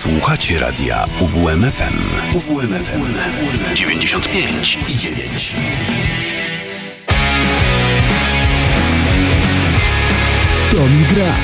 Słuchacie radia UWMFM. UWMFM 95,9. To mi gra.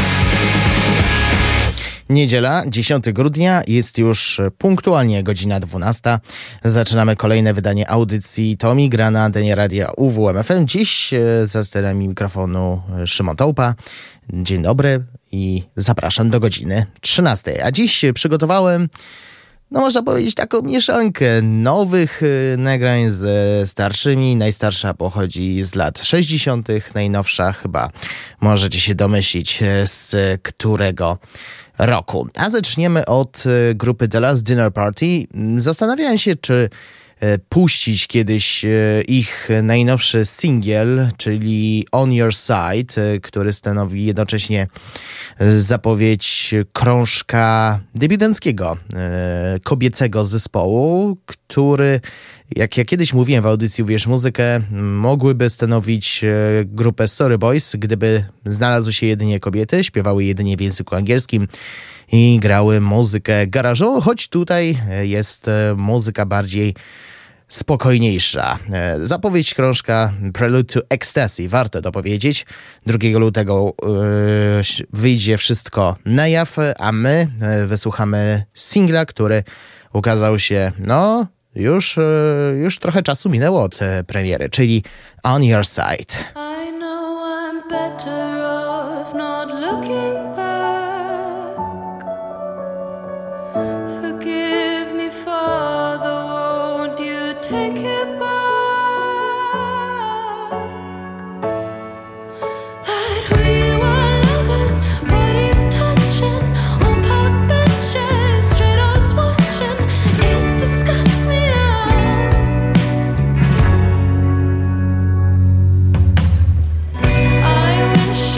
Niedziela, 10 grudnia, jest już punktualnie godzina 12. Zaczynamy kolejne wydanie audycji To mi gra na antenie radia UWMFM. Dziś za sterami mikrofonu Szymon Tołpa. Dzień dobry i zapraszam do godziny 13. A dziś przygotowałem, można powiedzieć, taką mieszankę nowych nagrań ze starszymi. Najstarsza pochodzi z lat 60., najnowsza chyba możecie się domyślić z którego roku. A zaczniemy od grupy The Last Dinner Party. Zastanawiałem się, czy puścić kiedyś ich najnowszy singiel, czyli On Your Side, który stanowi jednocześnie zapowiedź krążka debiutanckiego kobiecego zespołu, który, jak ja kiedyś mówiłem w audycji Uwierz Muzykę, mogłyby stanowić grupę Sorry Boys, gdyby znalazły się jedynie kobiety, śpiewały jedynie w języku angielskim i grały muzykę garażową, choć tutaj jest muzyka bardziej spokojniejsza. Zapowiedź krążka Prelude to Ecstasy, warto to powiedzieć. 2 lutego wyjdzie wszystko na jaw, a my wysłuchamy singla, który ukazał się, już trochę czasu minęło od premiery, czyli On Your Side. I know I'm better off not looking back. Forgive me, Father, won't you take it back? That we were lovers, bodies touching on park benches, stray dogs watching. It disgusts me now. I wish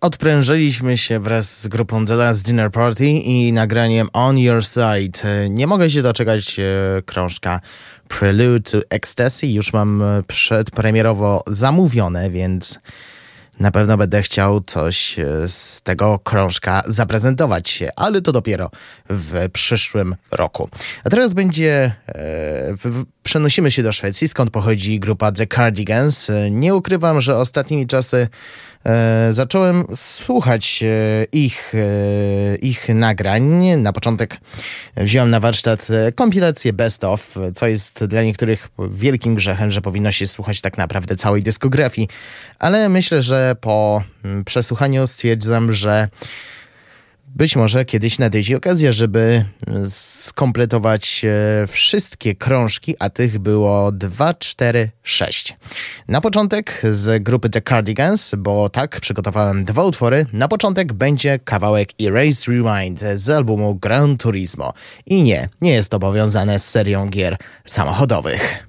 Odprężyliśmy się wraz z grupą The Last Dinner Party i nagraniem On Your Side. Nie mogę się doczekać krążka Prelude to Ecstasy. Już mam przedpremierowo zamówione, więc na pewno będę chciał coś z tego krążka zaprezentować, ale to dopiero w przyszłym roku. A teraz przenosimy się do Szwecji, skąd pochodzi grupa The Cardigans. Nie ukrywam, że ostatnimi czasy zacząłem słuchać ich nagrań. Na początek wziąłem na warsztat kompilację Best Of, co jest dla niektórych wielkim grzechem, że powinno się słuchać tak naprawdę całej dyskografii. Ale myślę, że po przesłuchaniu stwierdzam, że być może kiedyś nadejdzie okazja, żeby skompletować wszystkie krążki, a tych było 2, 4, 6. Na początek z grupy The Cardigans, bo tak, przygotowałem 2 utwory. Na początek będzie kawałek Erase Rewind z albumu Gran Turismo. I nie jest to powiązane z serią gier samochodowych.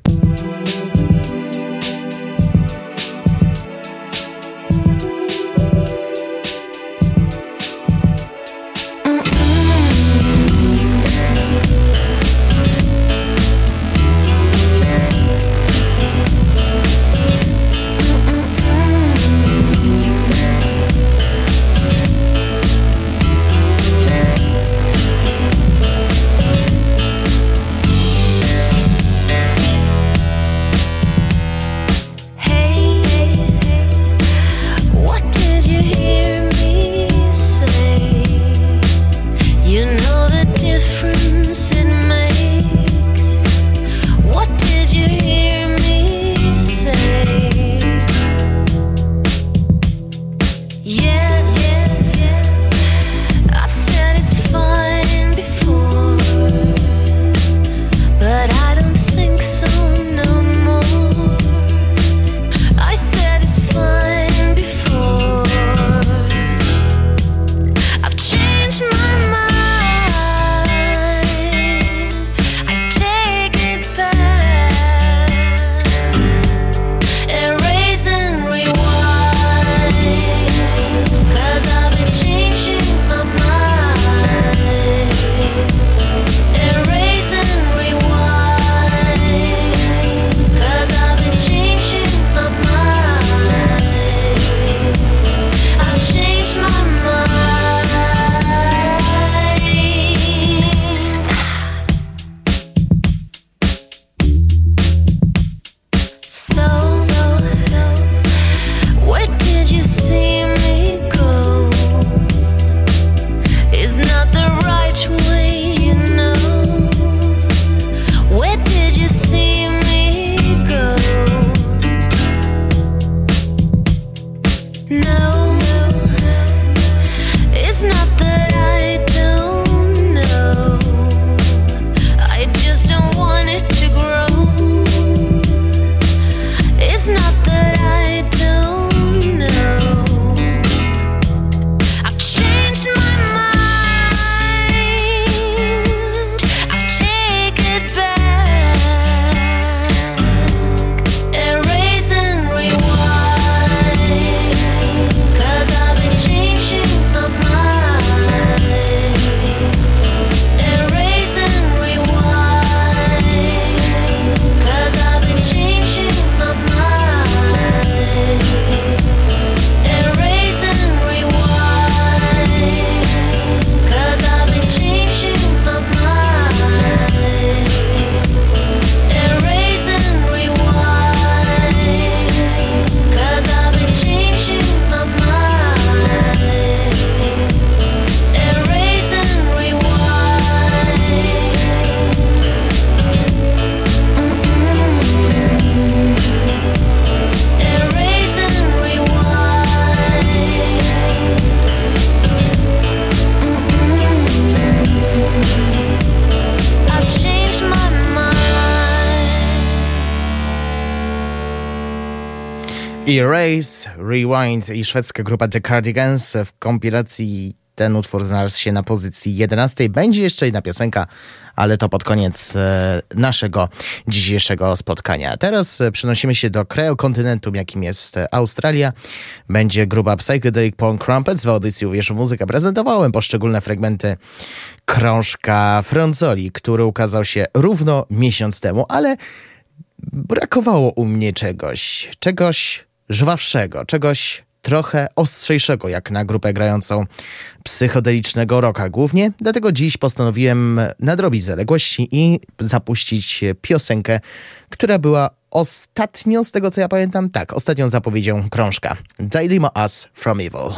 Erase, Rewind i szwedzka grupa The Cardigans w kompilacji ten utwór znalazł się na pozycji 11. Będzie jeszcze jedna piosenka, ale to pod koniec naszego dzisiejszego spotkania. Teraz przenosimy się do kraju kontynentu, jakim jest Australia. Będzie grupa Psychedelic Pork Crumpets. W audycji Uwierz w muzykę prezentowałem poszczególne fragmenty krążka Fronzoli, który ukazał się równo miesiąc temu, ale brakowało u mnie czegoś żwawszego, czegoś trochę ostrzejszego, jak na grupę grającą psychodelicznego rocka głównie. Dlatego dziś postanowiłem nadrobić zaległości i zapuścić piosenkę, która była ostatnią, z tego co ja pamiętam, ostatnią zapowiedzią krążka. Dilemma Us from Evil.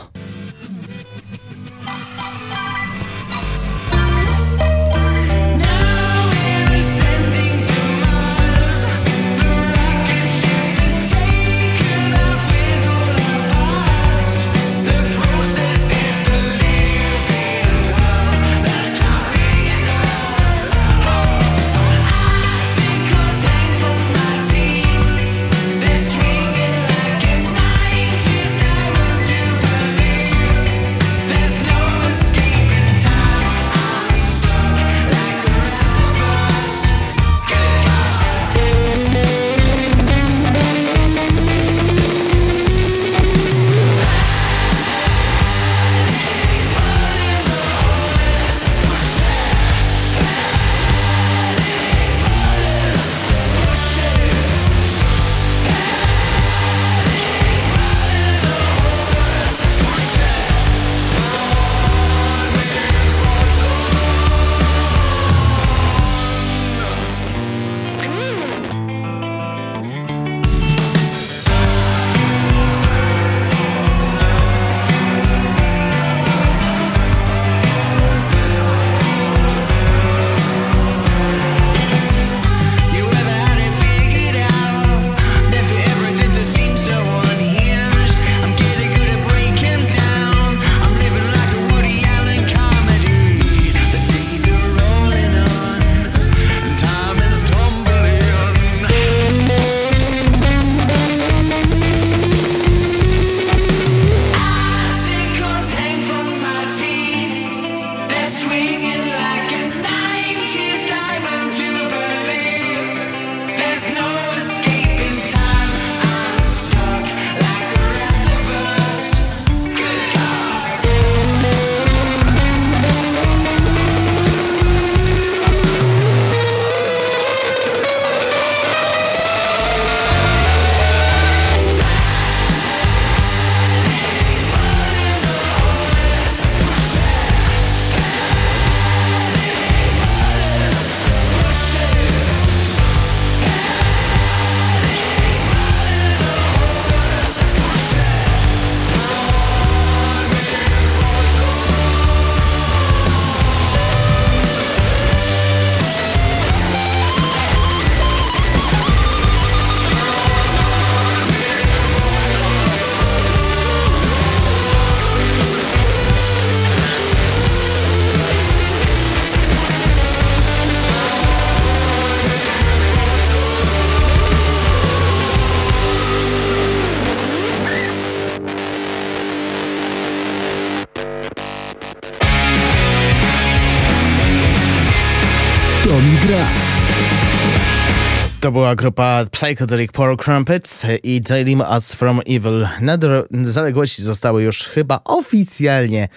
To była grupa Psychedelic Pork Crumpets i Dilemma Us from Evil. Zaległości zostały już chyba oficjalnie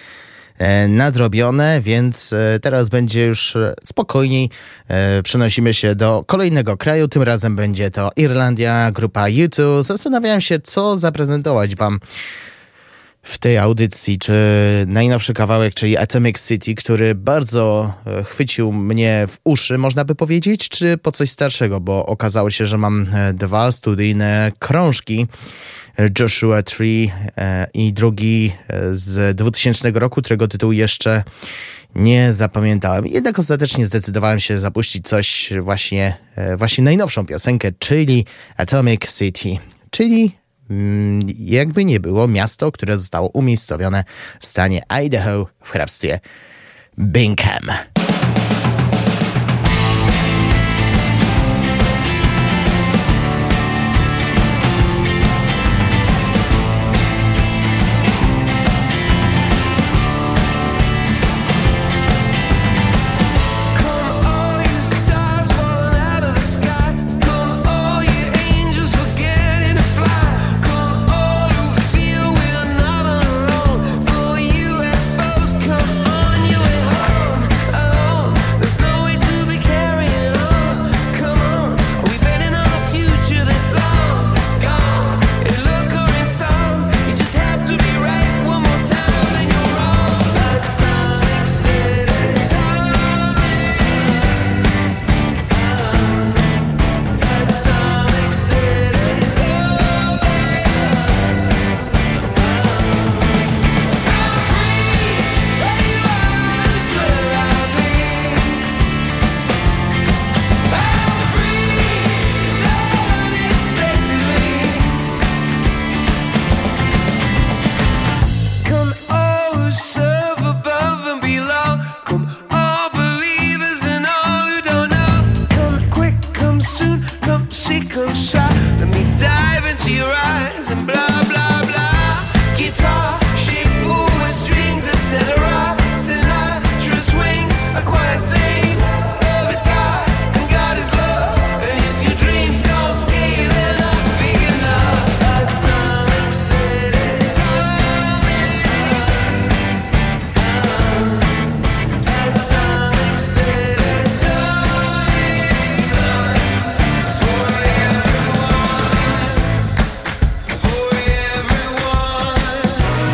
nadrobione, więc teraz będzie już spokojniej. Przenosimy się do kolejnego kraju. Tym razem będzie to Irlandia, grupa U2. Zastanawiałem się, co zaprezentować wam w tej audycji, czy najnowszy kawałek, czyli Atomic City, który bardzo chwycił mnie w uszy, można by powiedzieć, czy po coś starszego, bo okazało się, że mam dwa studyjne krążki, Joshua Tree i drugi z 2000 roku, którego tytułu jeszcze nie zapamiętałem. Jednak ostatecznie zdecydowałem się zapuścić coś właśnie najnowszą piosenkę, czyli Atomic City, czyli jakby nie było miasto, które zostało umiejscowione w stanie Idaho w hrabstwie Bingham. come see, come shot. Let me dive into your eyes and blah, blah, blah. Guitar, shape, with strings, etc. Sinatra swings, a choir sings. Love is God, and God is love. And if your dreams don't scale, they're not big enough. Atomic City, Atomic City, atomic sun for everyone, for everyone.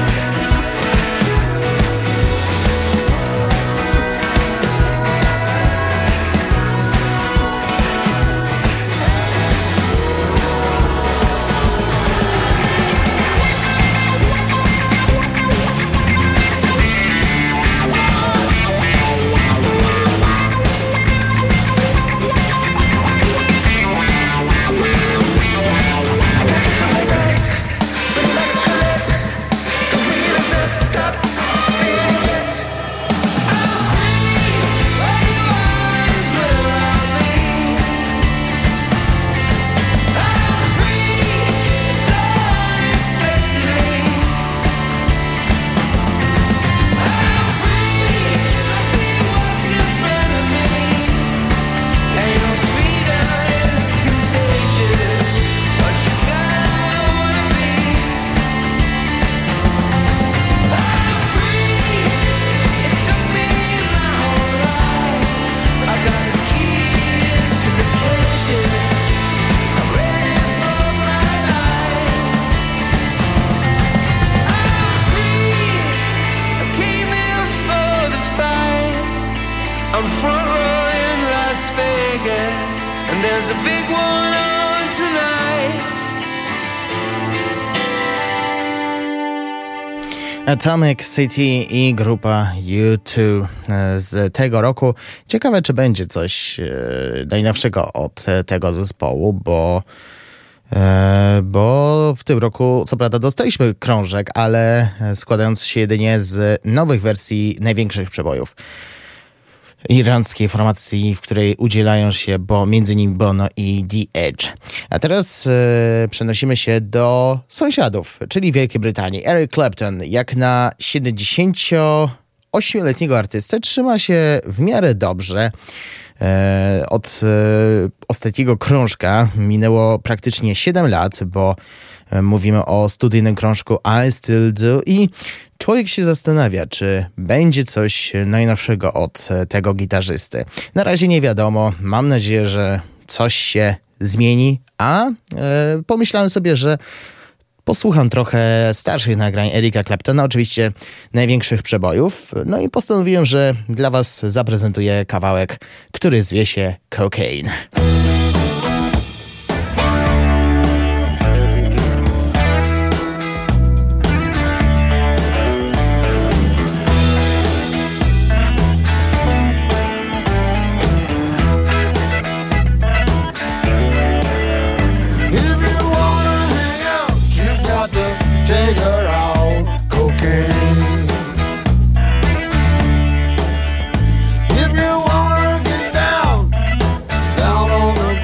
I'm front row in Las Vegas, and there's a big one on tonight. Atomic City i grupa U2 z tego roku. Ciekawe, czy będzie coś najnowszego od tego zespołu, bo w tym roku, co prawda, dostaliśmy krążek, ale składający się jedynie z nowych wersji największych przebojów irlandzkiej formacji, w której udzielają się między innymi Bono i The Edge. A teraz przenosimy się do sąsiadów, czyli Wielkiej Brytanii. Eric Clapton, jak na 78-letniego artystę, trzyma się w miarę dobrze. Od ostatniego krążka minęło praktycznie 7 lat, bo mówimy o studyjnym krążku I Still Do i człowiek się zastanawia, czy będzie coś najnowszego od tego gitarzysty. Na razie nie wiadomo, mam nadzieję, że coś się zmieni, a pomyślałem sobie, że posłucham trochę starszych nagrań Erica Claptona, oczywiście największych przebojów, no i postanowiłem, że dla was zaprezentuję kawałek, który zwie się Cocaine. Take her out, cocaine. If you wanna get down, down on the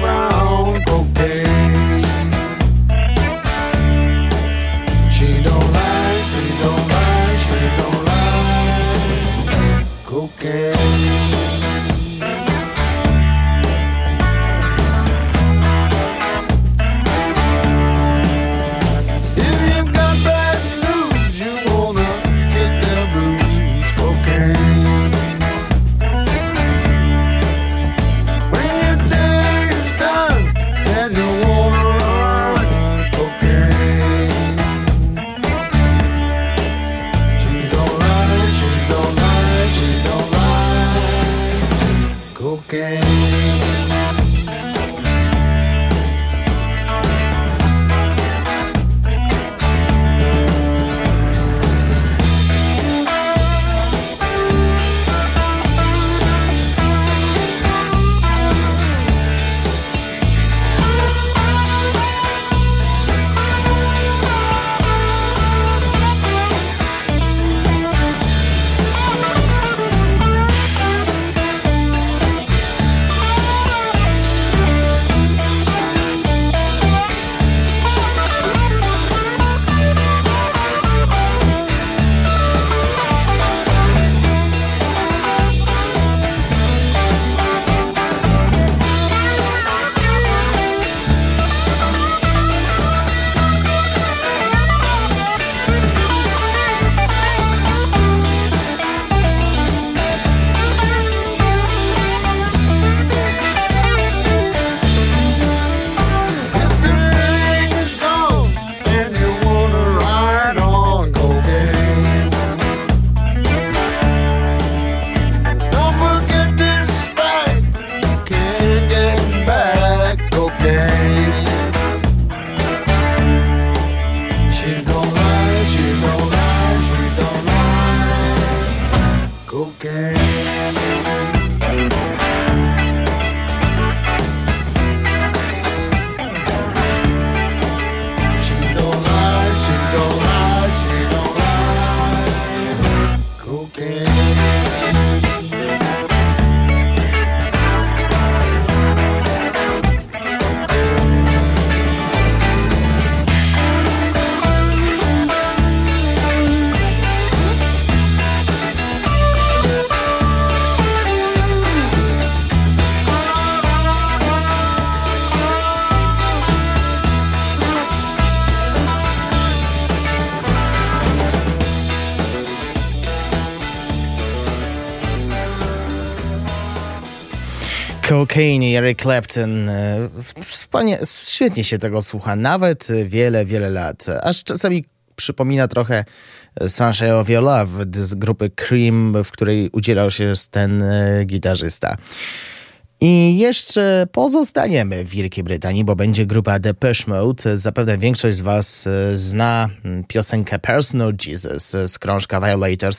Cocaine i Eric Clapton. Świetnie się tego słucha, nawet wiele, wiele lat. Aż czasami przypomina trochę Sunshine of Your Love z grupy Cream, w której udzielał się ten gitarzysta. I jeszcze pozostaniemy w Wielkiej Brytanii, bo będzie grupa Depeche Mode. Zapewne większość z was zna piosenkę Personal Jesus z krążka Violators z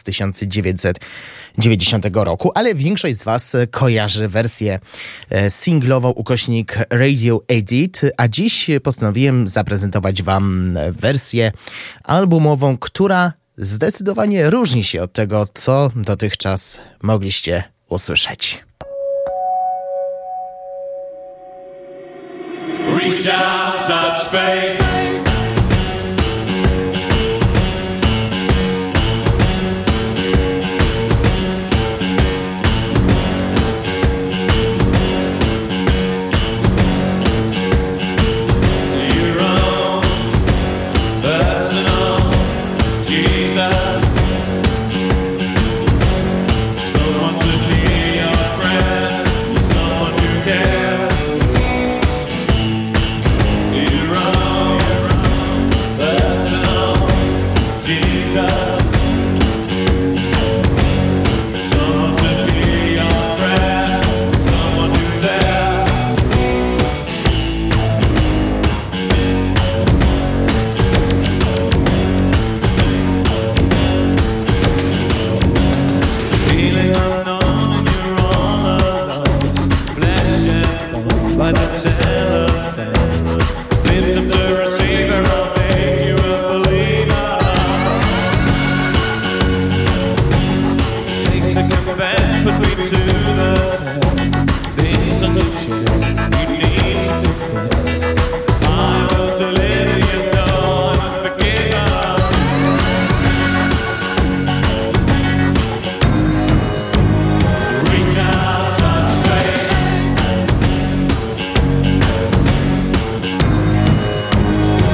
1990 roku, ale większość z was kojarzy wersję singlową ukośnik Radio Edit, a dziś postanowiłem zaprezentować wam wersję albumową, która zdecydowanie różni się od tego, co dotychczas mogliście usłyszeć. Reach out, touch faith. Your own personal Jesus. Someone to hear your prayers. Someone who cares. Your own personal Jesus. Someone to hear your prayers. Someone who's there. Feeling unknown and you're all alone. Flesh and bone by the telephone. Lift up the receiver, I'll make you a believer. Take second best, put me to the test. Things on the chest, you need to confess. I will deliver you, know I'm forgiven. Reach out, touch faith.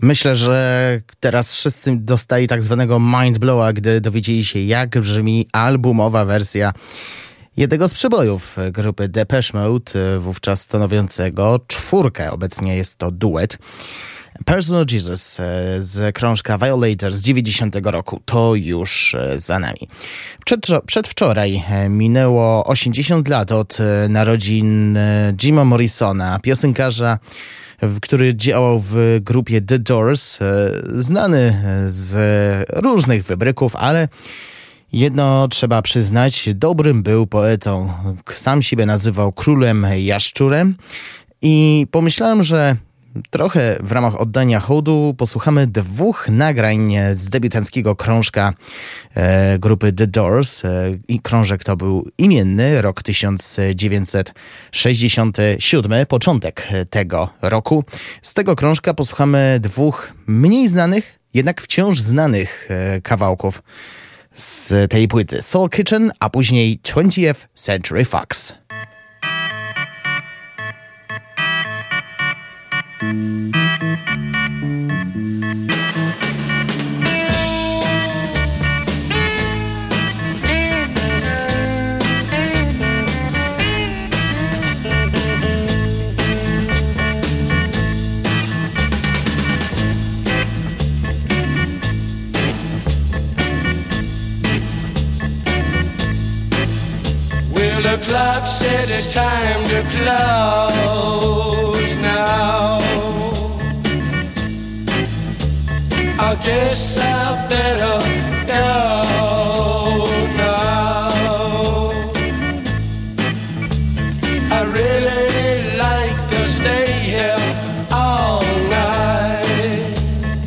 Myślę, że teraz wszyscy dostali tak zwanego mind blowa, gdy dowiedzieli się, jak brzmi albumowa wersja jednego z przebojów grupy Depeche Mode, wówczas stanowiącego czwórkę. Obecnie jest to duet. Personal Jesus z krążka Violator z 90 roku to już za nami. Przedwczoraj minęło 80 lat od narodzin Jima Morrisona, piosenkarza, który działał w grupie The Doors, znany z różnych wybryków, ale jedno trzeba przyznać, dobrym był poetą. Sam siebie nazywał królem jaszczurem i pomyślałem, że trochę w ramach oddania hołdu posłuchamy dwóch nagrań z debiutanckiego krążka grupy The Doors. I krążek to był imienny, rok 1967, początek tego roku. Z tego krążka posłuchamy dwóch mniej znanych, jednak wciąż znanych kawałków z tej płyty. Soul Kitchen, a później 20th Century Fox. The clock says it's time to close now. I guess I better go now. I really like to stay here all night.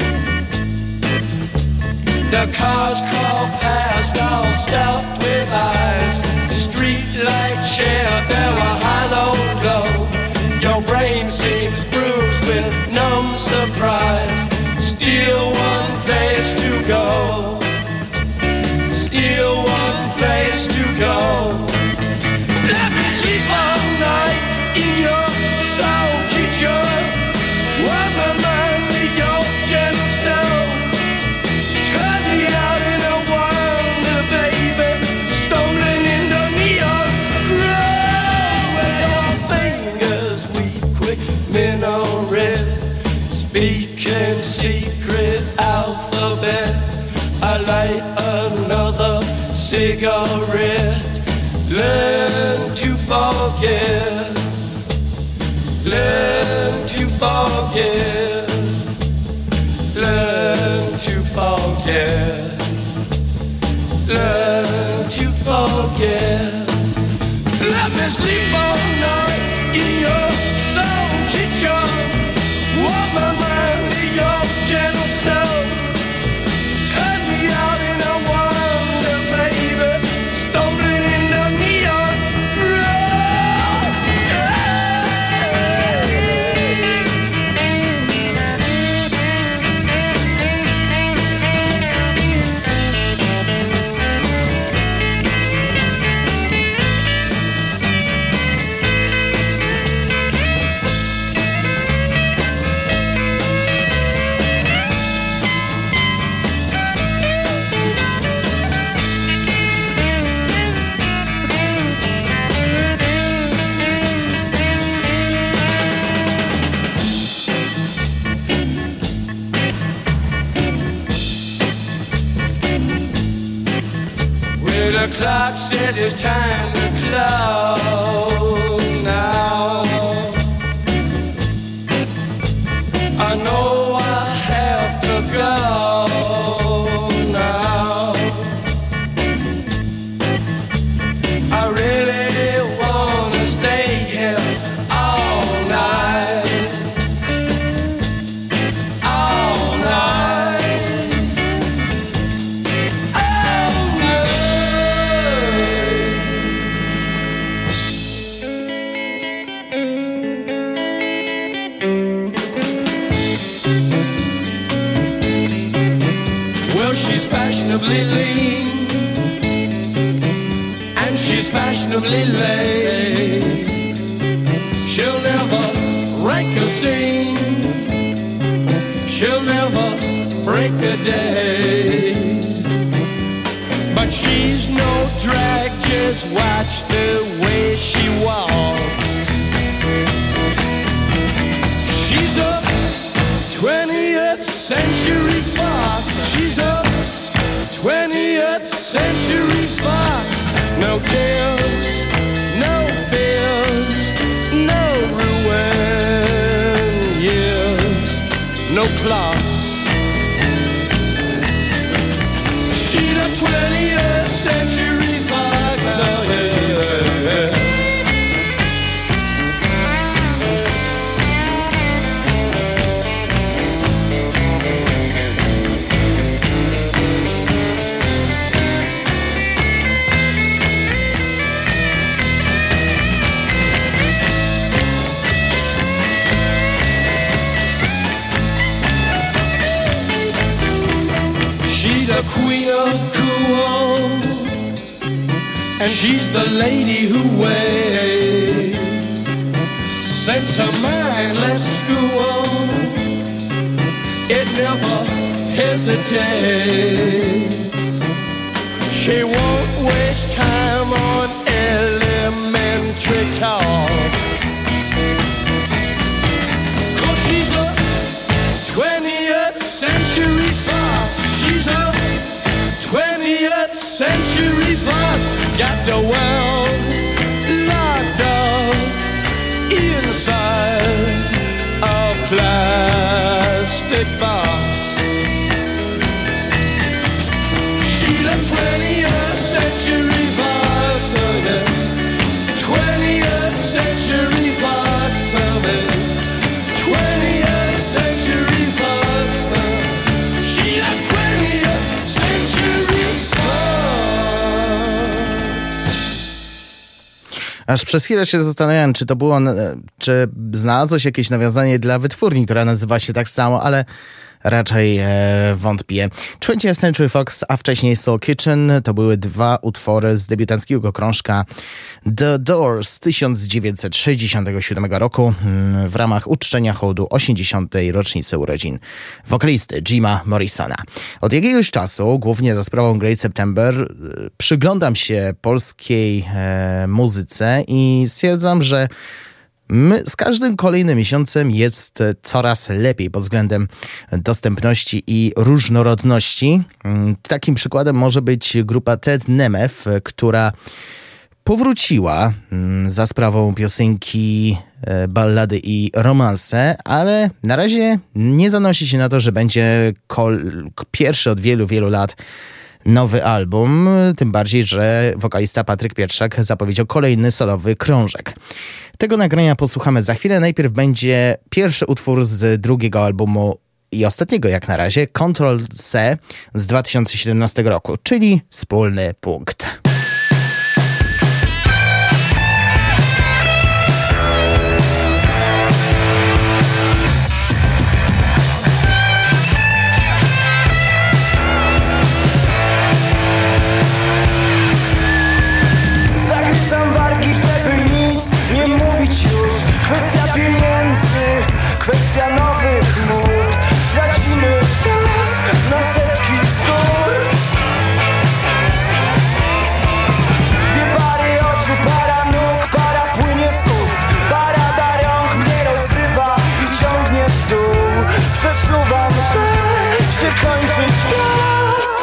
The cars crawl past all stuffed with eyes. Streetlights share their hollow glow. Your brain seems bruised with numb surprise. Still one place to go. Still one place to go. Let me sleep all night in your soul kitchen. Warm my mind with your gentle stone. Turn me out in a wonder, baby. Stolen in the neon glow. With your fingers weak, quick minarets. Speaking secret alphabets. I light another cigarette. Learn to forget. Learn to forget. Learn to forget. Learn to forget. Let me sleep all night in your soul kitchen. Warm my mind with your gentle snow. Turn me out in a wonder, baby. Stolen in the neon glow. Well, the clock says it's time to close now. I know I have to go now. I really wanna stay here all night. All night. All night. Well, she's fashionably lean, and she's fashionably late. She'll never rank a scene. she'll never break a day. But she's no drag, just watch the way she walks. She's a 20th century fox. She's a 20th century fox. No tears, no fears, no ruin years, no clocks. She's a 20th century fox. Oh, yeah. She's the queen of cool, and she's the lady who waits. Sets her mind, let's school. It never hesitates. She won't waste time on elementary talk. 'Cause she's a 20th century fox. She's a 20th century fox. Got the world locked up inside a plastic box. She's a 20th century fox. Oh yeah. 20th century fox. Oh yeah. 20th century fox. She's a 20th century fox. Aż przez chwilę się zastanawiałem, czy to było, czy znalazło się jakieś nawiązanie dla wytwórni, która nazywa się tak samo, ale raczej wątpię. 20th Century Fox, a wcześniej Soul Kitchen to były dwa utwory z debiutanckiego krążka The Doors z 1967 roku w ramach uczczenia hołdu 80. rocznicy urodzin wokalisty Jima Morrisona. Od jakiegoś czasu, głównie za sprawą Great September, przyglądam się polskiej muzyce i stwierdzam, że z każdym kolejnym miesiącem jest coraz lepiej pod względem dostępności i różnorodności. Takim przykładem może być grupa Ted Nemeth, która powróciła za sprawą piosenki Ballady i romanse, ale na razie nie zanosi się na to, że będzie pierwszy od wielu, wielu lat nowy album, tym bardziej, że wokalista Patryk Pietrzak zapowiedział kolejny solowy krążek. Tego nagrania posłuchamy za chwilę. Najpierw będzie pierwszy utwór z drugiego albumu i ostatniego jak na razie, Ctrl-C z 2017 roku, czyli Wspólny punkt. Kwestia nowych mód. Tracimy czas na setki bzdur. Dwie pary oczu, para nóg, para płynie z ust. Parada rąk mnie rozrywa i ciągnie w dół. Przeczuwam, że się kończy świat.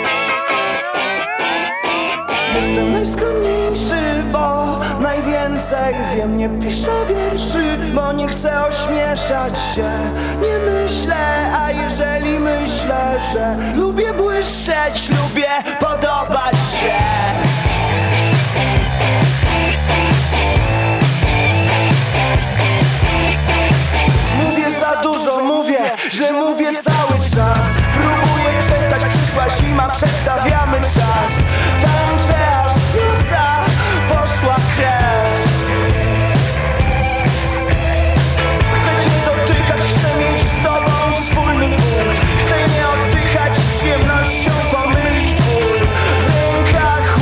Jestem najskromniejszy, bo najwięcej wiem. Nie piszę wierszy, bo nie chcę ośmieszać się. Nie myślę, a jeżeli myślę, że lubię błyszczeć, lubię podobać się. Mówię za dużo, mówię, źle mówię cały czas. Próbuję przestać, przyszła zima, przestawiamy czas. Tańczę aż z nosa poszła krew. Chcę mieć z tobą wspólny punkt. Chcę nie oddychać z przyjemnością, pomylić ból. W rękach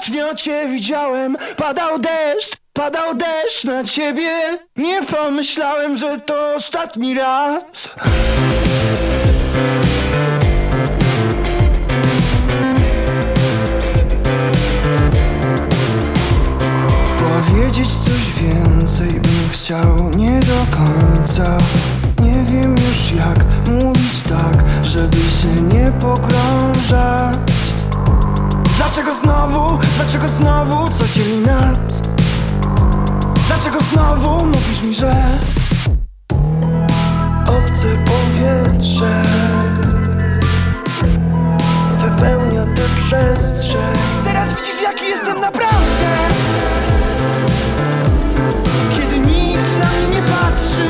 ostatnio cię widziałem, padał deszcz na ciebie. Nie pomyślałem, że to ostatni raz. Powiedzieć coś więcej bym chciał, nie do końca. Nie wiem już jak mówić tak, żeby się nie pogrążać. Dlaczego znowu coś dzieli nas? Dlaczego znowu mówisz mi, że obce powietrze wypełnia tę przestrzeń? Teraz widzisz jaki jestem naprawdę, kiedy nikt na mnie nie patrzy.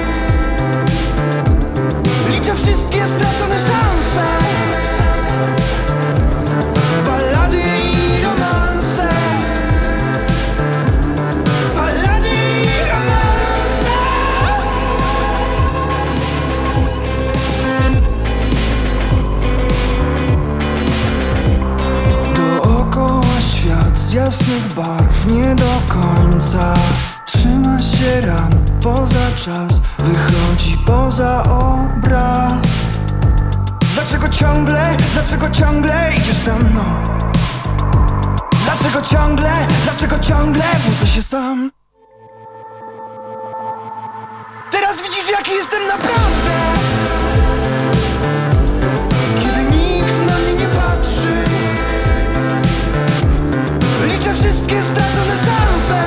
Liczę wszystkie stracone szanse, ballady i romanse, ballady i romanse. Dookoła świat z jasnych barw nie do końca trzyma się ram, poza czas wychodzi poza obraz. Dlaczego ciągle idziesz za mną? Dlaczego ciągle budzę się sam? Teraz widzisz jaki jestem naprawdę, kiedy nikt na mnie nie patrzy. Liczę wszystkie stracone szanse,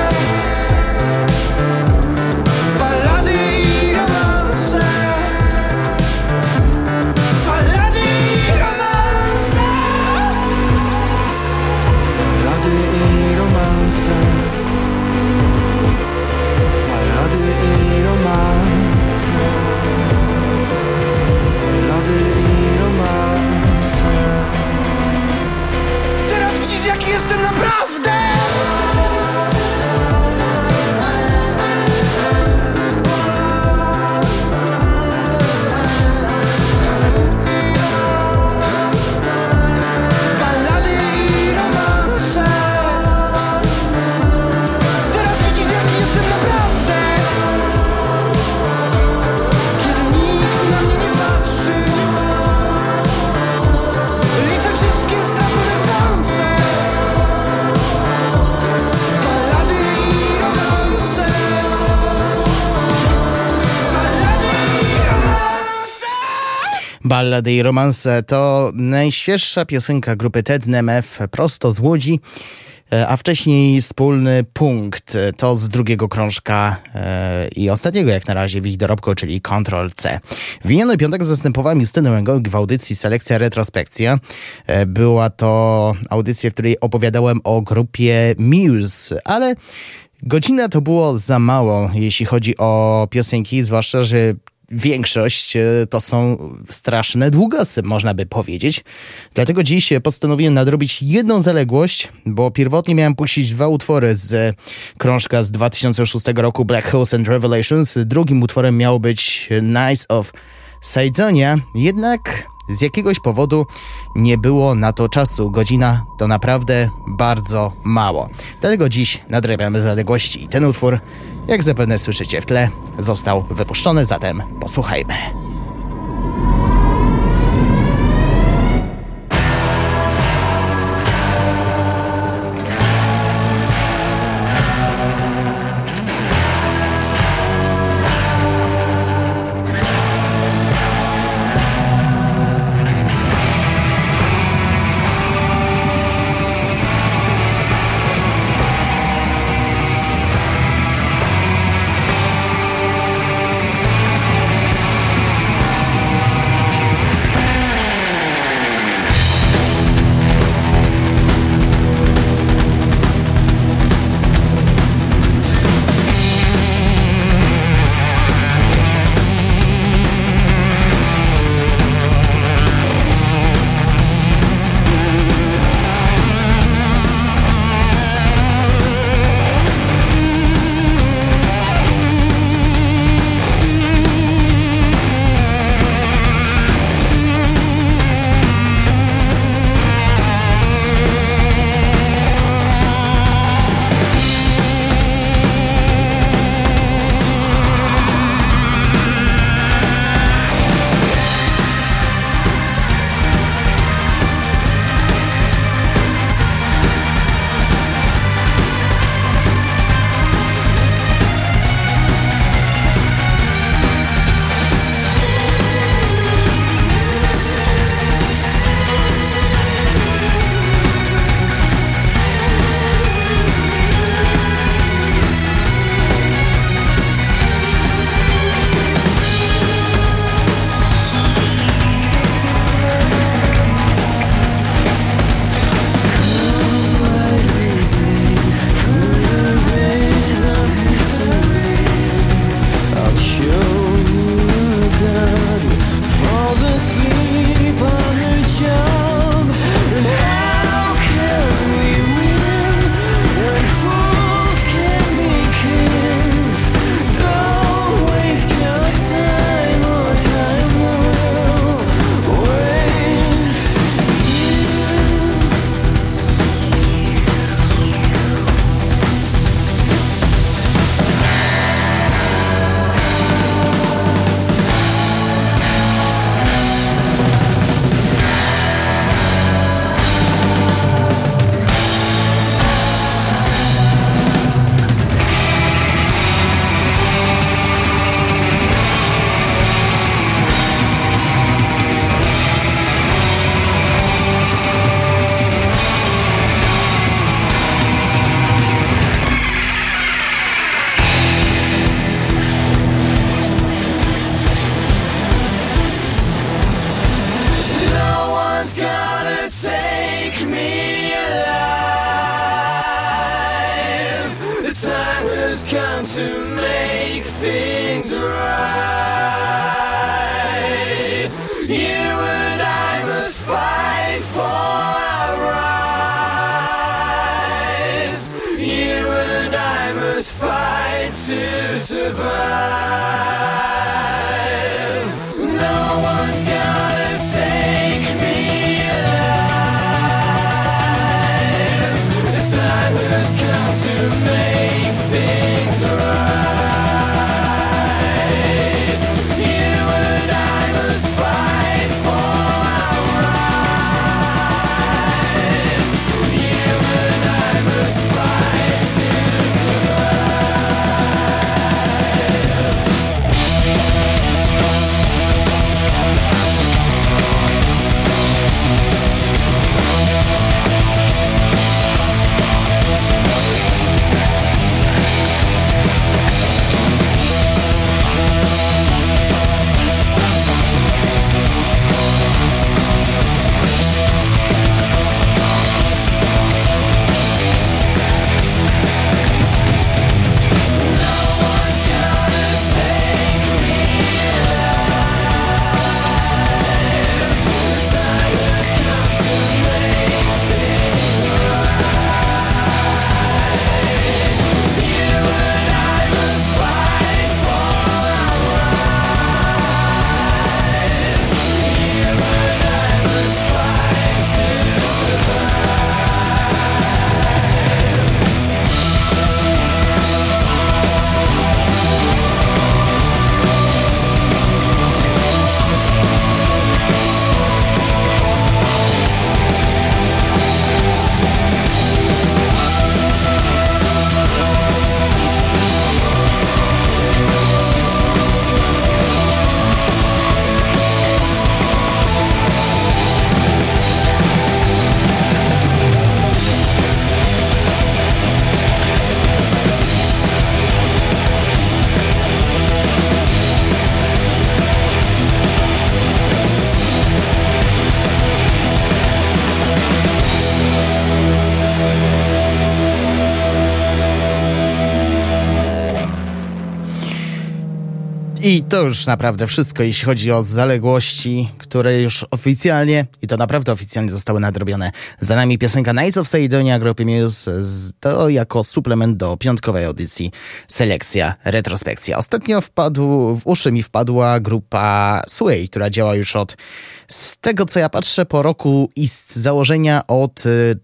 ballady i romanse, ballady i romanse, ballady i romanse, ballady i romanse, ballady i romanse. Teraz widzisz jaki jestem naprawdę. Ballady i romanse to najświeższa piosenka grupy Ted NMF prosto z Łodzi, a wcześniej Wspólny punkt to z drugiego krążka i ostatniego jak na razie w ich dorobku, czyli Ctrl-C. W miniony piątek zastępowałem Justynę Łęgołek w audycji Selekcja Retrospekcja. Była to audycja, w której opowiadałem o grupie Muse, ale godzina to było za mało, jeśli chodzi o piosenki, zwłaszcza, że większość to są straszne długasy, można by powiedzieć. Dlatego dziś postanowiłem nadrobić jedną zaległość, bo pierwotnie miałem puścić 2 utwory z krążka z 2006 roku Black Holes and Revelations. Drugim utworem miał być Nights of Sidonia, jednak z jakiegoś powodu nie było na to czasu. Godzina to naprawdę bardzo mało. Dlatego dziś nadrabiamy zaległości i ten utwór, jak zapewne słyszycie w tle, został wypuszczony, zatem posłuchajmy. things right. You and I must fight for our rights. You and I must fight to survive. No one's gonna take me alive. The time has come to make things right. You and I must fight for our rights. You and I must fight to survive. I to już naprawdę wszystko, jeśli chodzi o zaległości, które już oficjalnie, i to naprawdę oficjalnie zostały nadrobione. Za nami piosenka Nights of Sidonia grupy Muse, to jako suplement do piątkowej audycji Selekcja, Retrospekcja. Ostatnio w uszy mi wpadła grupa Sway, która działa już z tego co ja patrzę, po roku założenia od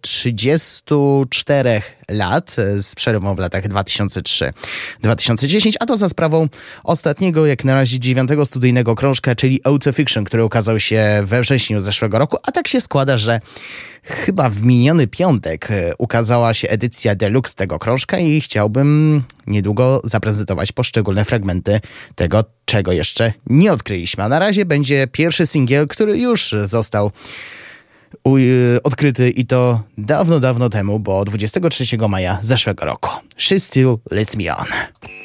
34 lat, z przerwą w latach 2003-2010, a to za sprawą ostatniego, jak na razie 9. studyjnego krążka, czyli Autofiction, który ukazał się we wrześniu zeszłego roku, a tak się składa, że chyba w miniony piątek ukazała się edycja deluxe tego krążka i chciałbym niedługo zaprezentować poszczególne fragmenty tego, czego jeszcze nie odkryliśmy. A na razie będzie pierwszy singiel, który już został odkryty i to dawno, dawno temu, bo 23 maja zeszłego roku. She Still Lets Me On.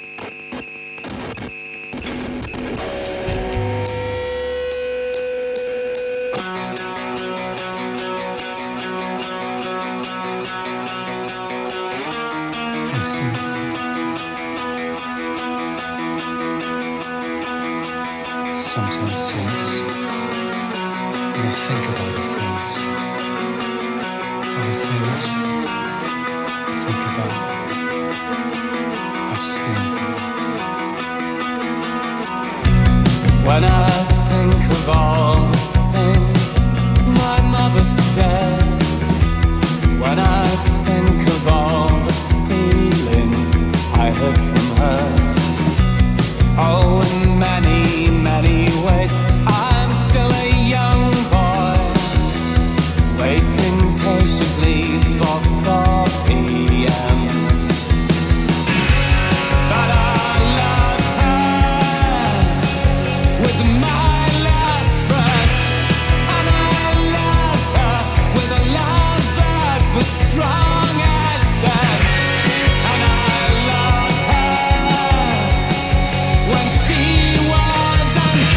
Sometimes since, and I think of all the things I think about our skin. When I think of all the things my mother said, when I think of all the feelings I heard from her, oh, in many, many ways, I'm still a young boy, waiting patiently for 4 p.m. But I loved her with my last breath, and I loved her with a love that was strong as death, and I loved her when she was unkind.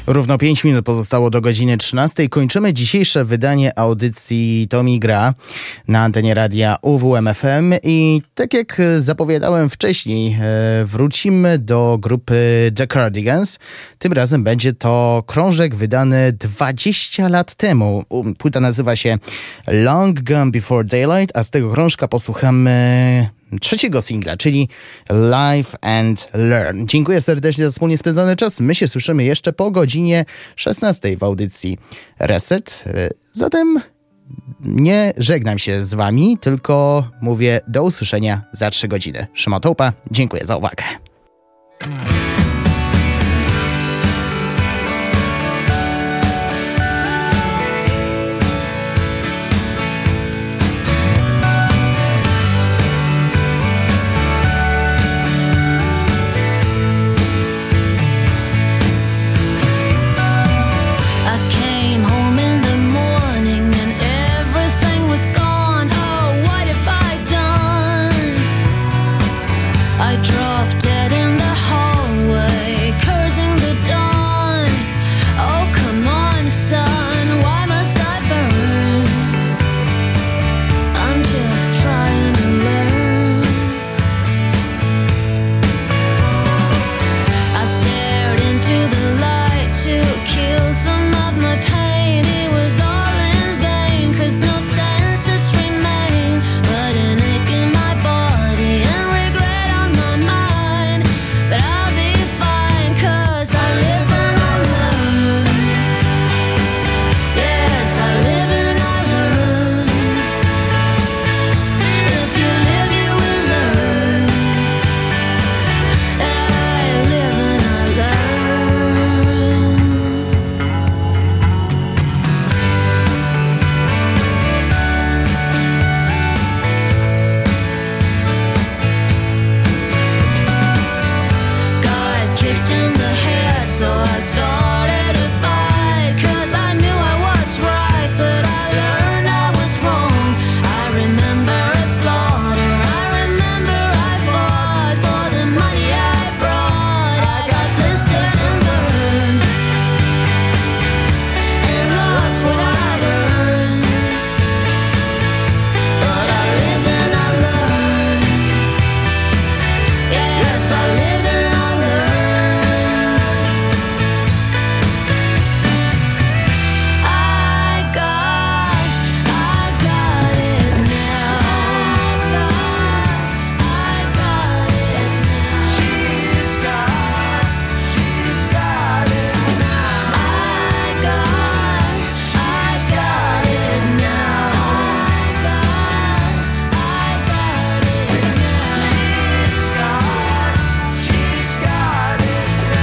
Równo 5 minut pozostało do godziny 13. Kończymy dzisiejsze wydanie audycji Tomi Gra na antenie radia UWMFM i tak jak zapowiadałem wcześniej, wrócimy do grupy The Cardigans. Tym razem będzie to krążek wydany 20 lat temu. Płyta nazywa się Long Gone Before Daylight, a z tego krążka posłuchamy trzeciego singla, czyli Live and Learn. Dziękuję serdecznie za wspólnie spędzony czas. My się słyszymy jeszcze po godzinie 16 w audycji Reset. Zatem nie żegnam się z wami, tylko mówię do usłyszenia za 3 godziny. Szymon Tołpa, dziękuję za uwagę. Dropped dead in the hallway, cursing the dawn. Oh, come on, son, why must I burn? I'm just trying to learn. I stared into the light to kill some of my pain. It was all in vain, 'cause no senses remain but an ache in my body and regret on my mind. But I'll be fine, 'cause I live and I learn. Yes, I live and I learn. If you live, you will learn. And I live and I learn. Got kicked in the head, so I started a fight. 'Cause I knew I was right, but I learned I was wrong. I remember a slaughter, I remember I fought for the money I brought. I got blistered and burned and lost what I'd earned. But I lived and I learned. Yes, I lived and I learned. I got it now. I got it now. She's got it now. I got it now. I got it now. She's got it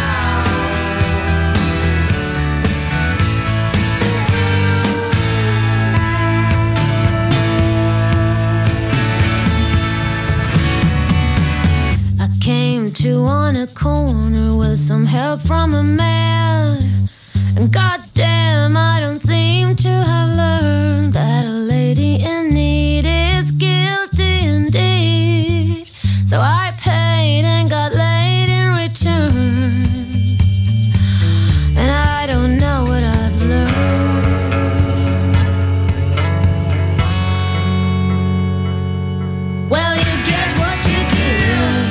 I came to on a corner with some help from a man. And goddamn, I don't seem to have learned that a lady in need is guilty indeed. So I paid and got laid in return. And I don't know what I've learned. Well, you get what you give.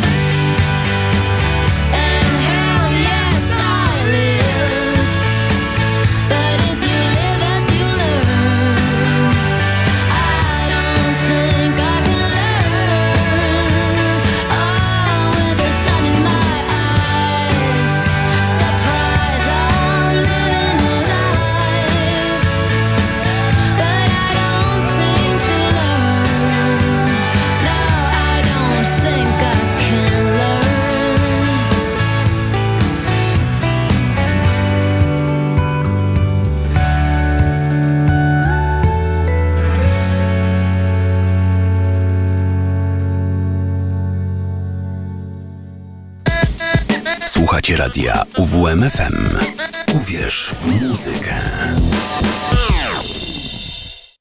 And hell yes, I lived. But if you live as you learn, I don't think I can learn. Oh, with the sun in my eyes, surprise, I'm living a life. But I don't seem to learn. No, I don't think I can learn. Słuchacie radia UWMFM. Uwierz w muzykę.